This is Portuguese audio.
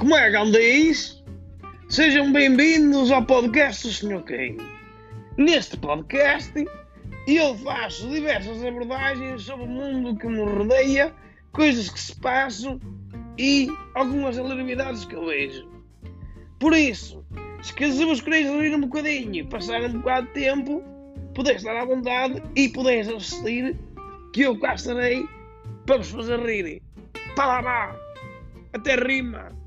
Como é que andis? Sejam bem-vindos ao podcast do Sr. King. Neste podcast, eu faço diversas abordagens sobre o mundo que me rodeia, coisas que se passam e algumas alarmidades que eu vejo. Por isso, se vos quereis rir um bocadinho e passar um bocado de tempo, podeis estar à vontade e podeis assistir, que eu cá estarei para vos fazer rir. Pá lá, até rima!